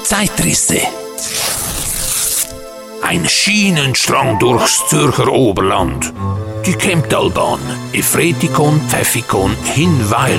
Zeitrisse. Ein Schienenstrang durchs Zürcher Oberland. Die Kemptalbahn, Efretikon, Pfäffikon, Hinweil.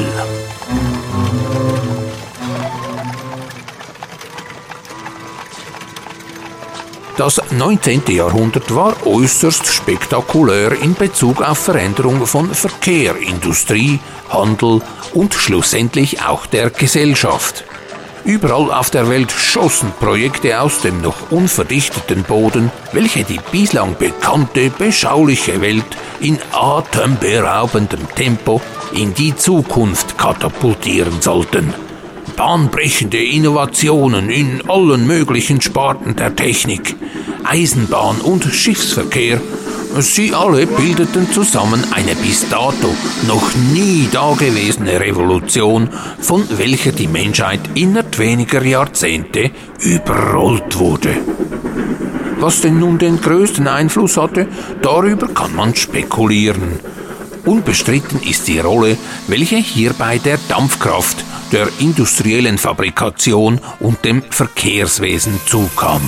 Das 19. Jahrhundert war äußerst spektakulär in Bezug auf Veränderung von Verkehr, Industrie, Handel und schlussendlich auch der Gesellschaft. Überall auf der Welt schossen Projekte aus dem noch unverdichteten Boden, welche die bislang bekannte, beschauliche Welt in atemberaubendem Tempo in die Zukunft katapultieren sollten. Bahnbrechende Innovationen in allen möglichen Sparten der Technik, Eisenbahn- und Schiffsverkehr, sie alle bildeten zusammen eine bis dato noch nie dagewesene Revolution, von welcher die Menschheit innerhalb weniger Jahrzehnte überrollt wurde. Was denn nun den größten Einfluss hatte, darüber kann man spekulieren. Unbestritten ist die Rolle, welche hierbei der Dampfkraft, der industriellen Fabrikation und dem Verkehrswesen zukam.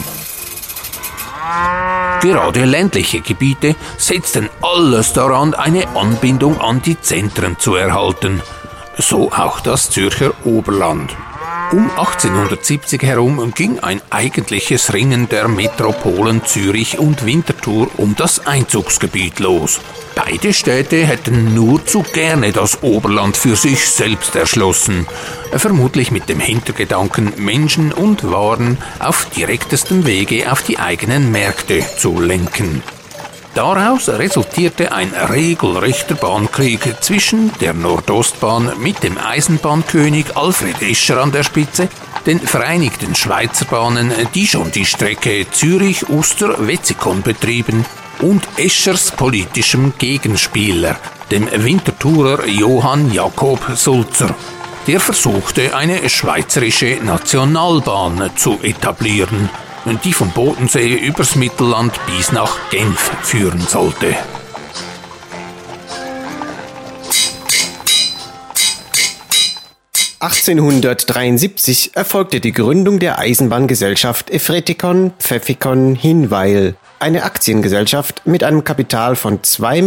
Gerade ländliche Gebiete setzten alles daran, eine Anbindung an die Zentren zu erhalten. So auch das Zürcher Oberland. Um 1870 herum ging ein eigentliches Ringen der Metropolen Zürich und Winterthur um das Einzugsgebiet los. Beide Städte hätten nur zu gerne das Oberland für sich selbst erschlossen, vermutlich mit dem Hintergedanken, Menschen und Waren auf direktestem Wege auf die eigenen Märkte zu lenken. Daraus resultierte ein regelrechter Bahnkrieg zwischen der Nordostbahn mit dem Eisenbahnkönig Alfred Escher an der Spitze, den Vereinigten Schweizer Bahnen, die schon die Strecke Zürich-Uster-Wetzikon betrieben, und Eschers politischem Gegenspieler, dem Winterthurer Johann Jakob Sulzer. Der versuchte, eine schweizerische Nationalbahn zu etablieren, die vom Bodensee übers Mittelland bis nach Genf führen sollte. (1873) erfolgte die Gründung der Eisenbahngesellschaft Efretikon Pfäffikon Hinweil, eine Aktiengesellschaft mit einem Kapital von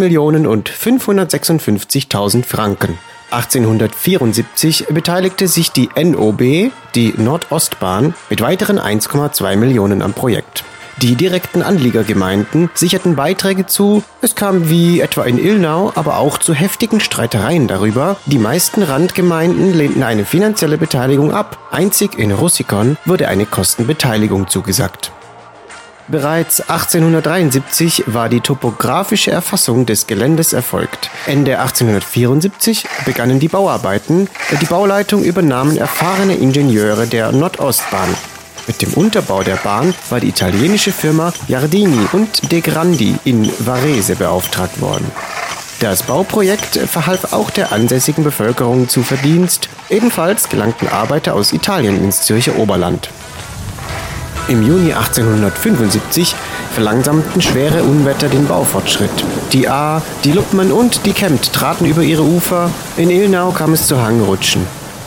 2.556.000 Franken. 1874 beteiligte sich die NOB, die Nordostbahn, mit weiteren 1,2 Millionen am Projekt. Die direkten Anliegergemeinden sicherten Beiträge zu, es kam wie etwa in Illnau aber auch zu heftigen Streitereien darüber. Die meisten Randgemeinden lehnten eine finanzielle Beteiligung ab, einzig in Russikon wurde eine Kostenbeteiligung zugesagt. Bereits 1873 war die topografische Erfassung des Geländes erfolgt. Ende 1874 begannen die Bauarbeiten. Die Bauleitung übernahmen erfahrene Ingenieure der Nordostbahn. Mit dem Unterbau der Bahn war die italienische Firma Giardini und De Grandi in Varese beauftragt worden. Das Bauprojekt verhalf auch der ansässigen Bevölkerung zu Verdienst. Ebenfalls gelangten Arbeiter aus Italien ins Zürcher Oberland. Im Juni 1875 verlangsamten schwere Unwetter den Baufortschritt. Die Ahr, die Luppmann und die Kempt traten über ihre Ufer. In Illnau kam es zu Hangrutschen.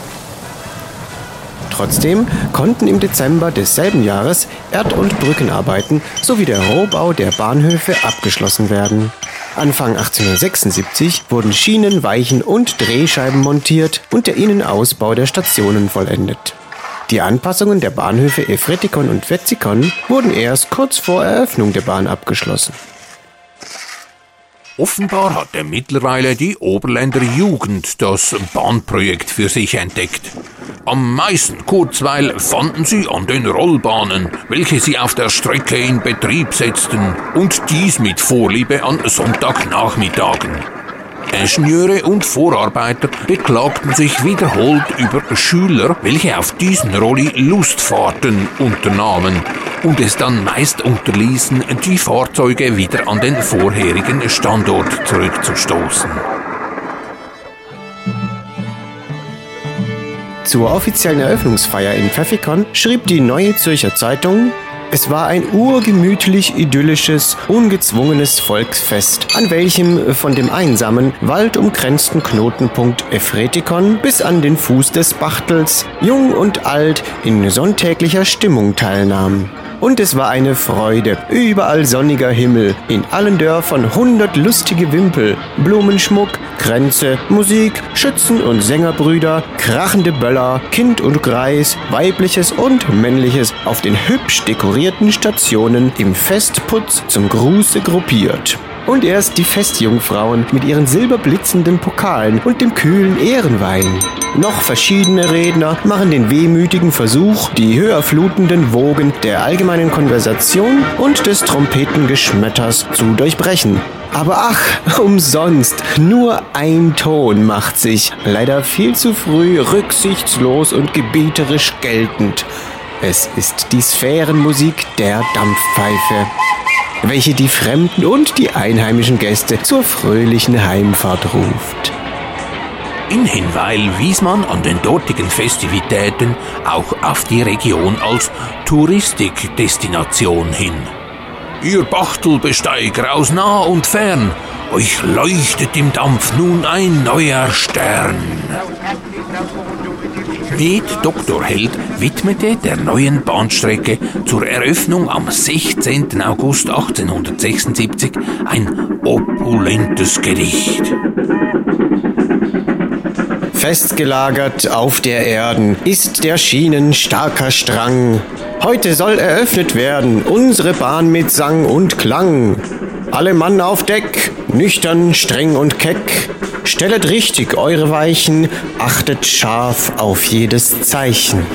Trotzdem konnten im Dezember desselben Jahres Erd- und Brückenarbeiten sowie der Rohbau der Bahnhöfe abgeschlossen werden. Anfang 1876 wurden Schienen, Weichen und Drehscheiben montiert und der Innenausbau der Stationen vollendet. Die Anpassungen der Bahnhöfe Efretikon und Wetzikon wurden erst kurz vor Eröffnung der Bahn abgeschlossen. Offenbar hatte mittlerweile die Oberländer Jugend das Bahnprojekt für sich entdeckt. Am meisten Kurzweil fanden sie an den Rollbahnen, welche sie auf der Strecke in Betrieb setzten, und dies mit Vorliebe an Sonntagnachmittagen. Ingenieure und Vorarbeiter beklagten sich wiederholt über Schüler, welche auf diesen Rolli Lustfahrten unternahmen und es dann meist unterließen, die Fahrzeuge wieder an den vorherigen Standort zurückzustoßen. Zur offiziellen Eröffnungsfeier in Pfäffikon schrieb die Neue Zürcher Zeitung: Es war ein urgemütlich idyllisches, ungezwungenes Volksfest, an welchem von dem einsamen, waldumkränzten Knotenpunkt Efretikon bis an den Fuß des Bachtels jung und alt in sonntäglicher Stimmung teilnahmen. Und es war eine Freude, überall sonniger Himmel, in allen Dörfern 100 lustige Wimpel, Blumenschmuck, Kränze, Musik, Schützen- und Sängerbrüder, krachende Böller, Kind und Greis, weibliches und männliches auf den hübsch dekorierten Stationen im Festputz zum Gruße gruppiert. Und erst die Festjungfrauen mit ihren silberblitzenden Pokalen und dem kühlen Ehrenwein. Noch verschiedene Redner machen den wehmütigen Versuch, die höher flutenden Wogen der allgemeinen Konversation und des Trompetengeschmetters zu durchbrechen. Aber ach, umsonst, nur ein Ton macht sich, leider viel zu früh, rücksichtslos und gebieterisch geltend. Es ist die Sphärenmusik der Dampfpfeife, welche die fremden und die einheimischen Gäste zur fröhlichen Heimfahrt ruft. In Hinweil wies man an den dortigen Festivitäten auch auf die Region als Touristikdestination hin. Ihr Bachtelbesteiger aus nah und fern, euch leuchtet im Dampf nun ein neuer Stern. Med Dr. Held widmete der neuen Bahnstrecke zur Eröffnung am 16. August 1876 ein opulentes Gedicht. Festgelagert auf der Erden ist der Schienen starker Strang. Heute soll eröffnet werden unsere Bahn mit Sang und Klang. Alle Mann auf Deck, nüchtern, streng und keck. Stellet richtig eure Weichen, achtet scharf auf jedes Zeichen.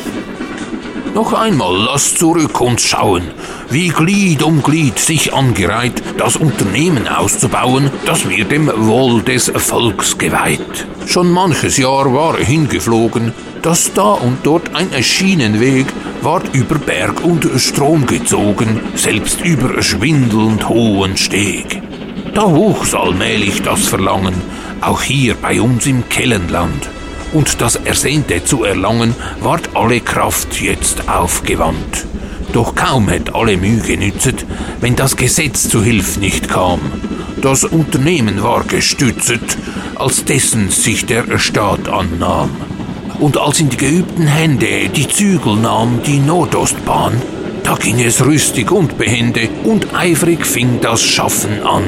Noch einmal lasst zurück uns schauen, wie Glied um Glied sich angereiht, das Unternehmen auszubauen, das wir dem Wohl des Volks geweiht. Schon manches Jahr war hingeflogen, dass da und dort ein Schienenweg ward über Berg und Strom gezogen, selbst über schwindelnd hohen Steg. Da wuchs allmählich das Verlangen, auch hier bei uns im Kellenland. Und das Ersehnte zu erlangen, ward alle Kraft jetzt aufgewandt. Doch kaum hätt alle Mühe genützet, wenn das Gesetz zu Hilf nicht kam. Das Unternehmen war gestützet, als dessen sich der Staat annahm. Und als in die geübten Hände die Zügel nahm die Nordostbahn, da ging es rüstig und behende und eifrig fing das Schaffen an.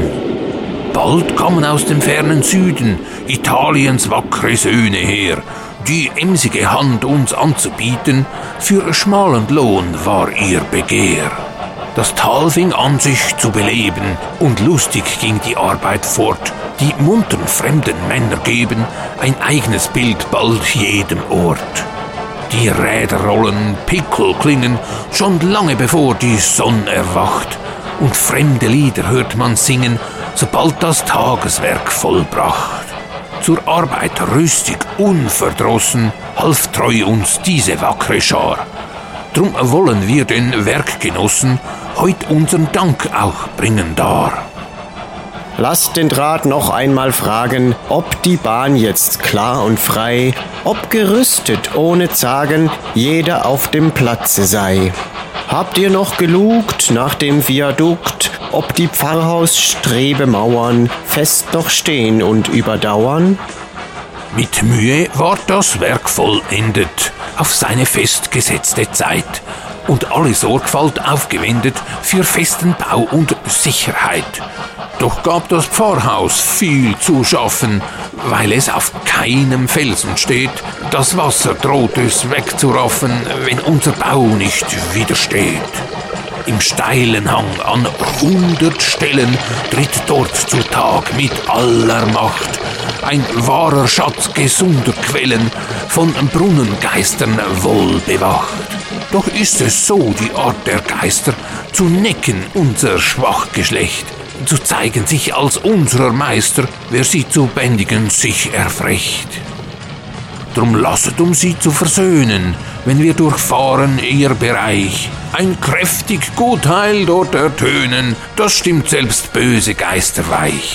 Bald kamen aus dem fernen Süden Italiens wackere Söhne her, die emsige Hand uns anzubieten, für schmalen Lohn war ihr Begehr. Das Tal fing an sich zu beleben und lustig ging die Arbeit fort. Die munteren fremden Männer geben ein eigenes Bild bald jedem Ort. Die Räder rollen, Pickel klingen, schon lange bevor die Sonne erwacht. Und fremde Lieder hört man singen, sobald das Tageswerk vollbracht. Zur Arbeit rüstig, unverdrossen, half treu uns diese wackre Schar. Drum wollen wir den Werkgenossen heut unseren Dank auch bringen dar. Lasst den Draht noch einmal fragen, ob die Bahn jetzt klar und frei, ob gerüstet ohne Zagen jeder auf dem Platze sei. Habt ihr noch gelugt nach dem Viadukt, ob die Pfarrhausstrebemauern fest noch stehen und überdauern? Mit Mühe ward das Werk vollendet, auf seine festgesetzte Zeit und alle Sorgfalt aufgewendet für festen Bau und Sicherheit. Doch gab das Pfarrhaus viel zu schaffen, weil es auf keinem Felsen steht. Das Wasser droht es wegzuraffen, wenn unser Bau nicht widersteht. Im steilen Hang an 100 Stellen tritt dort zutage mit aller Macht ein wahrer Schatz gesunder Quellen, von Brunnengeistern wohl bewacht. Doch ist es so die Art der Geister, zu necken unser Schwachgeschlecht, zu zeigen sich als unserer Meister, wer sie zu bändigen sich erfrecht. Drum lasset sie zu versöhnen, wenn wir durchfahren ihr Bereich. Ein kräftig Gutheil dort ertönen, das stimmt selbst böse Geister weich.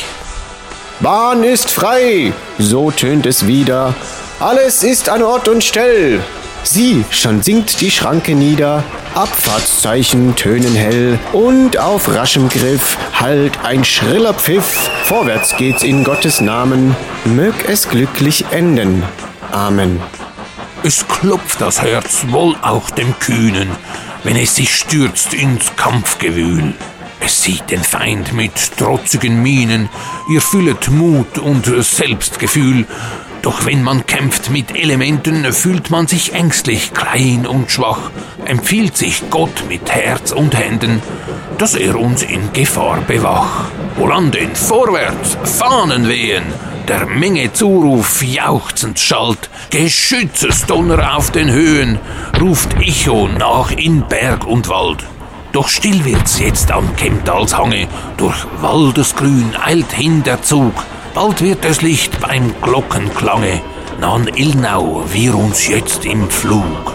Bahn ist frei, so tönt es wieder. Alles ist an Ort und Stell. Sieh, schon sinkt die Schranke nieder, Abfahrtszeichen tönen hell und auf raschem Griff hallt ein schriller Pfiff. Vorwärts geht's in Gottes Namen, mög es glücklich enden. Amen. Es klopft das Herz wohl auch dem Kühnen, wenn es sich stürzt ins Kampfgewühl. Es sieht den Feind mit trotzigen Mienen, ihr füllet Mut und Selbstgefühl. Doch wenn man kämpft mit Elementen, fühlt man sich ängstlich, klein und schwach, empfiehlt sich Gott mit Herz und Händen, dass er uns in Gefahr bewach. Wohlan denn vorwärts, Fahnen wehen, der Menge Zuruf jauchzend schallt, Geschützesdonner auf den Höhen, ruft Echo nach in Berg und Wald. Doch still wird's jetzt am Kemptalshange, durch Waldesgrün eilt hin der Zug, bald wird das Licht beim Glockenklange, nahen Ilnau wir uns jetzt im Flug.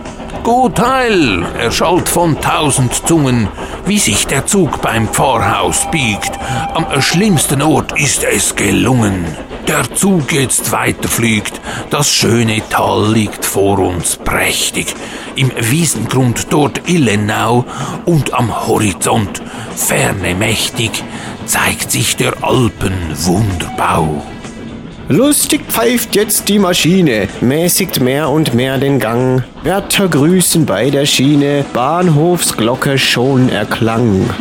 Gut heil, erschallt von 1000 Zungen, wie sich der Zug beim Pfarrhaus biegt, am schlimmsten Ort ist es gelungen. Der Zug jetzt weiterfliegt, das schöne Tal liegt vor uns prächtig, im Wiesengrund dort Illenau und am Horizont, ferne mächtig, zeigt sich der Alpen Wunderbau. Lustig pfeift jetzt die Maschine, mäßigt mehr und mehr den Gang. Wärter grüßen bei der Schiene, Bahnhofsglocke schon erklang.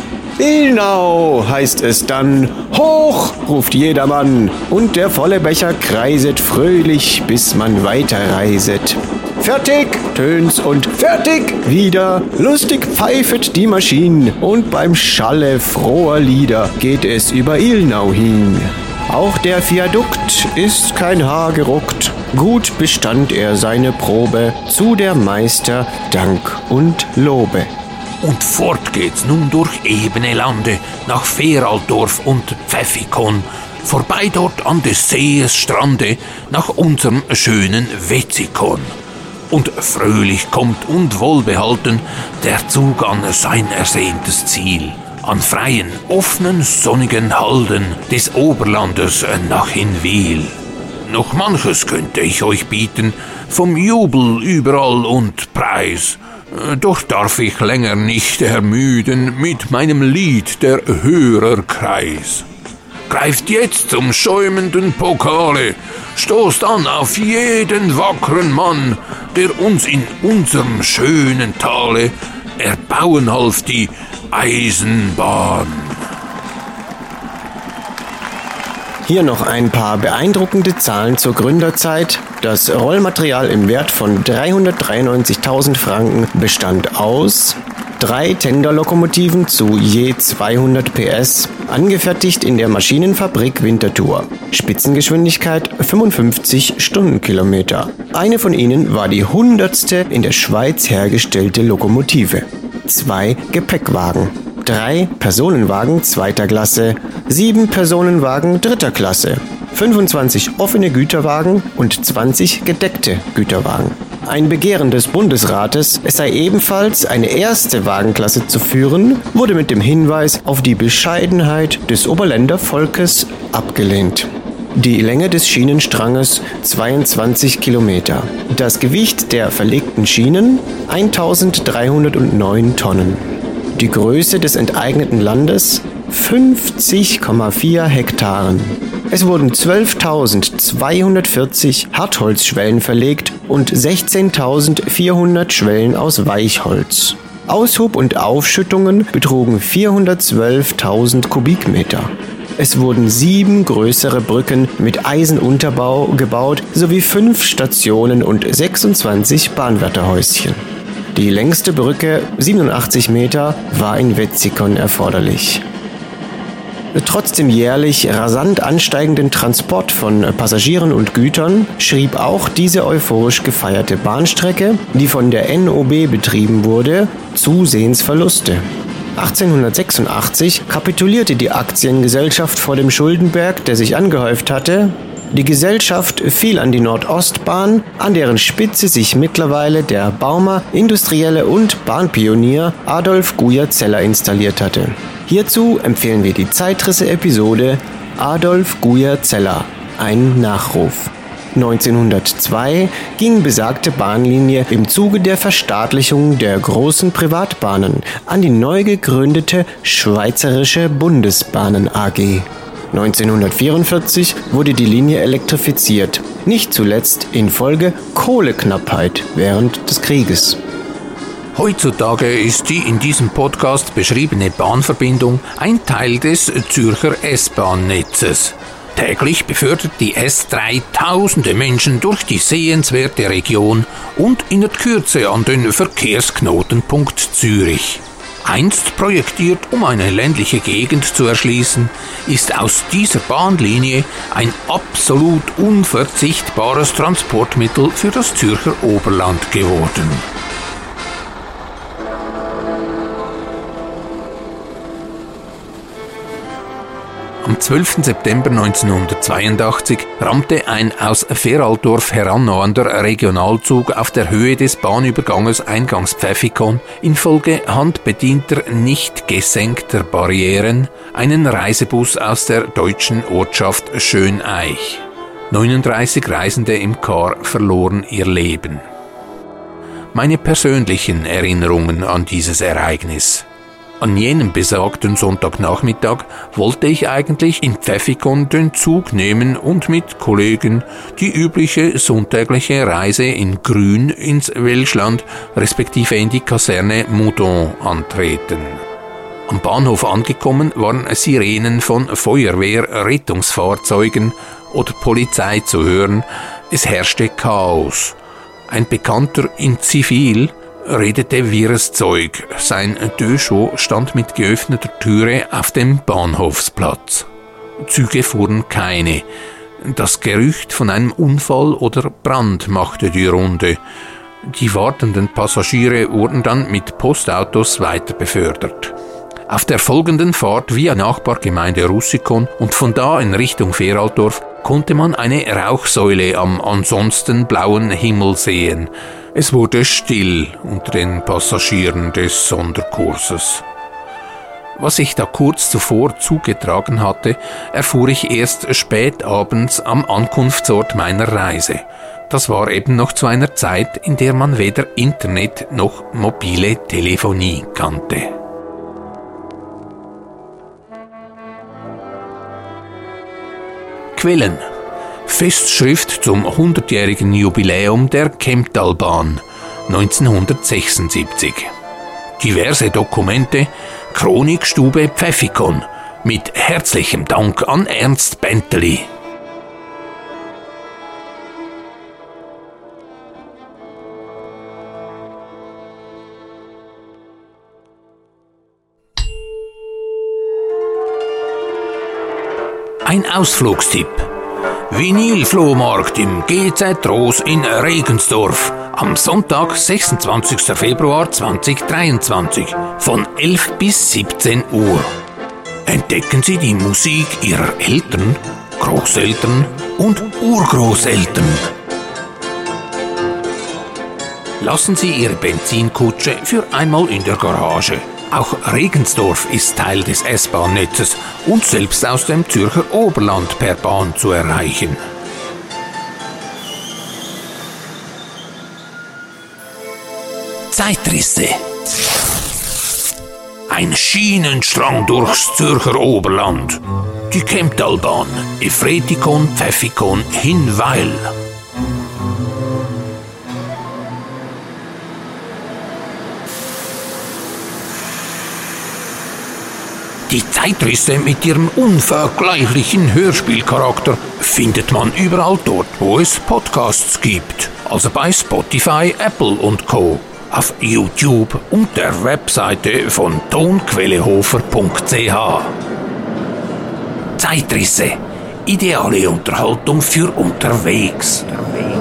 Ilnau, heißt es dann, hoch, ruft jedermann, und der volle Becher kreiset fröhlich, bis man weiterreiset. Fertig, tönt's und fertig wieder, lustig pfeifet die Maschine, und beim Schalle froher Lieder geht es über Ilnau hin. Auch der Viadukt ist kein Haar geruckt, gut bestand er seine Probe, zu der Meister Dank und Lobe. Und fort geht's nun durch ebene Lande, nach Feraldorf und Pfäffikon, vorbei dort an des Sees Strande, nach unserem schönen Wetzikon. Und fröhlich kommt und wohlbehalten der Zug an sein ersehntes Ziel, an freien, offenen, sonnigen Halden des Oberlandes nach Hinwil. Noch manches könnte ich euch bieten, vom Jubel überall und Preis, doch darf ich länger nicht ermüden mit meinem Lied der Hörerkreis. Greift jetzt zum schäumenden Pokale, stoßt an auf jeden wackeren Mann, der uns in unserem schönen Tale erbauen half die Eisenbahn. Hier noch ein paar beeindruckende Zahlen zur Gründerzeit. Das Rollmaterial im Wert von 393.000 Franken bestand aus 3 Tenderlokomotiven zu je 200 PS, angefertigt in der Maschinenfabrik Winterthur. Spitzengeschwindigkeit 55 Stundenkilometer. Eine von ihnen war die 100. in der Schweiz hergestellte Lokomotive. 2 Gepäckwagen, 3 Personenwagen 2. Klasse, 7 Personenwagen 3. Klasse, 25 offene Güterwagen und 20 gedeckte Güterwagen. Ein Begehren des Bundesrates, es sei ebenfalls eine erste Wagenklasse zu führen, wurde mit dem Hinweis auf die Bescheidenheit des Oberländer Volkes abgelehnt. Die Länge des Schienenstranges 22 Kilometer. Das Gewicht der verlegten Schienen 1309 Tonnen. Die Größe des enteigneten Landes 50,4 Hektaren. Es wurden 12.240 Hartholzschwellen verlegt und 16.400 Schwellen aus Weichholz. Aushub und Aufschüttungen betrugen 412.000 Kubikmeter. Es wurden 7 größere Brücken mit Eisenunterbau gebaut sowie 5 Stationen und 26 Bahnwärterhäuschen. Die längste Brücke, 87 Meter, war in Wetzikon erforderlich. Trotz dem jährlich rasant ansteigenden Transport von Passagieren und Gütern schrieb auch diese euphorisch gefeierte Bahnstrecke, die von der NOB betrieben wurde, zusehends Verluste. 1886 kapitulierte die Aktiengesellschaft vor dem Schuldenberg, der sich angehäuft hatte. Die Gesellschaft fiel an die Nordostbahn, an deren Spitze sich mittlerweile der Baumer, Industrielle und Bahnpionier Adolf Guyer-Zeller installiert hatte. Hierzu empfehlen wir die Zeitrisse-Episode Adolf Guyer-Zeller, ein Nachruf. 1902 ging besagte Bahnlinie im Zuge der Verstaatlichung der großen Privatbahnen an die neu gegründete Schweizerische Bundesbahnen AG. 1944 wurde die Linie elektrifiziert, nicht zuletzt infolge Kohleknappheit während des Krieges. Heutzutage ist die in diesem Podcast beschriebene Bahnverbindung ein Teil des Zürcher S-Bahn-Netzes. Täglich befördert die S3 tausende Menschen durch die sehenswerte Region und in der Kürze an den Verkehrsknotenpunkt Zürich. Einst projektiert, um eine ländliche Gegend zu erschließen, ist aus dieser Bahnlinie ein absolut unverzichtbares Transportmittel für das Zürcher Oberland geworden. Am 12. September 1982 rammte ein aus Feraldorf herannahender Regionalzug auf der Höhe des Bahnüberganges Eingangs Pfäffikon infolge handbedienter, nicht gesenkter Barrieren einen Reisebus aus der deutschen Ortschaft Schöneich. 39 Reisende im Car verloren ihr Leben. Meine persönlichen Erinnerungen an dieses Ereignis. An jenem besagten Sonntagnachmittag wollte ich eigentlich in Pfäffikon den Zug nehmen und mit Kollegen die übliche sonntägliche Reise in Grün ins Welschland respektive in die Kaserne Moudon antreten. Am Bahnhof angekommen waren Sirenen von Feuerwehr, Rettungsfahrzeugen oder Polizei zu hören. Es herrschte Chaos. Ein Bekannter in Zivil redete wirres Zeug. Sein Deux-Chevaux stand mit geöffneter Türe auf dem Bahnhofsplatz. Züge fuhren keine. Das Gerücht von einem Unfall oder Brand machte die Runde. Die wartenden Passagiere wurden dann mit Postautos weiter befördert. Auf der folgenden Fahrt via Nachbargemeinde Russikon und von da in Richtung Feraldorf konnte man eine Rauchsäule am ansonsten blauen Himmel sehen. Es wurde still unter den Passagieren des Sonderkurses. Was sich da kurz zuvor zugetragen hatte, erfuhr ich erst spät abends am Ankunftsort meiner Reise. Das war eben noch zu einer Zeit, in der man weder Internet noch mobile Telefonie kannte. Quellen: Festschrift zum 100-jährigen Jubiläum der Kemptalbahn 1976. Diverse Dokumente: Chronikstube Pfäffikon mit herzlichem Dank an Ernst Bentley. Ein Ausflugstipp: Vinylflohmarkt im GZ Ros in Regensdorf am Sonntag, 26. Februar 2023 von 11 bis 17 Uhr. Entdecken Sie die Musik Ihrer Eltern, Großeltern und Urgroßeltern. Lassen Sie Ihre Benzinkutsche für einmal in der Garage. Auch Regensdorf ist Teil des S-Bahn-Netzes und selbst aus dem Zürcher Oberland per Bahn zu erreichen. Zeitrisse. Ein Schienenstrang durchs Zürcher Oberland. Die Kemptalbahn, Efretikon, Pfäffikon, Hinweil. Die Zeitrisse mit ihrem unvergleichlichen Hörspielcharakter findet man überall dort, wo es Podcasts gibt. Also bei Spotify, Apple und Co. Auf YouTube und der Webseite von tonquellehofer.ch. Zeitrisse. Ideale Unterhaltung für unterwegs.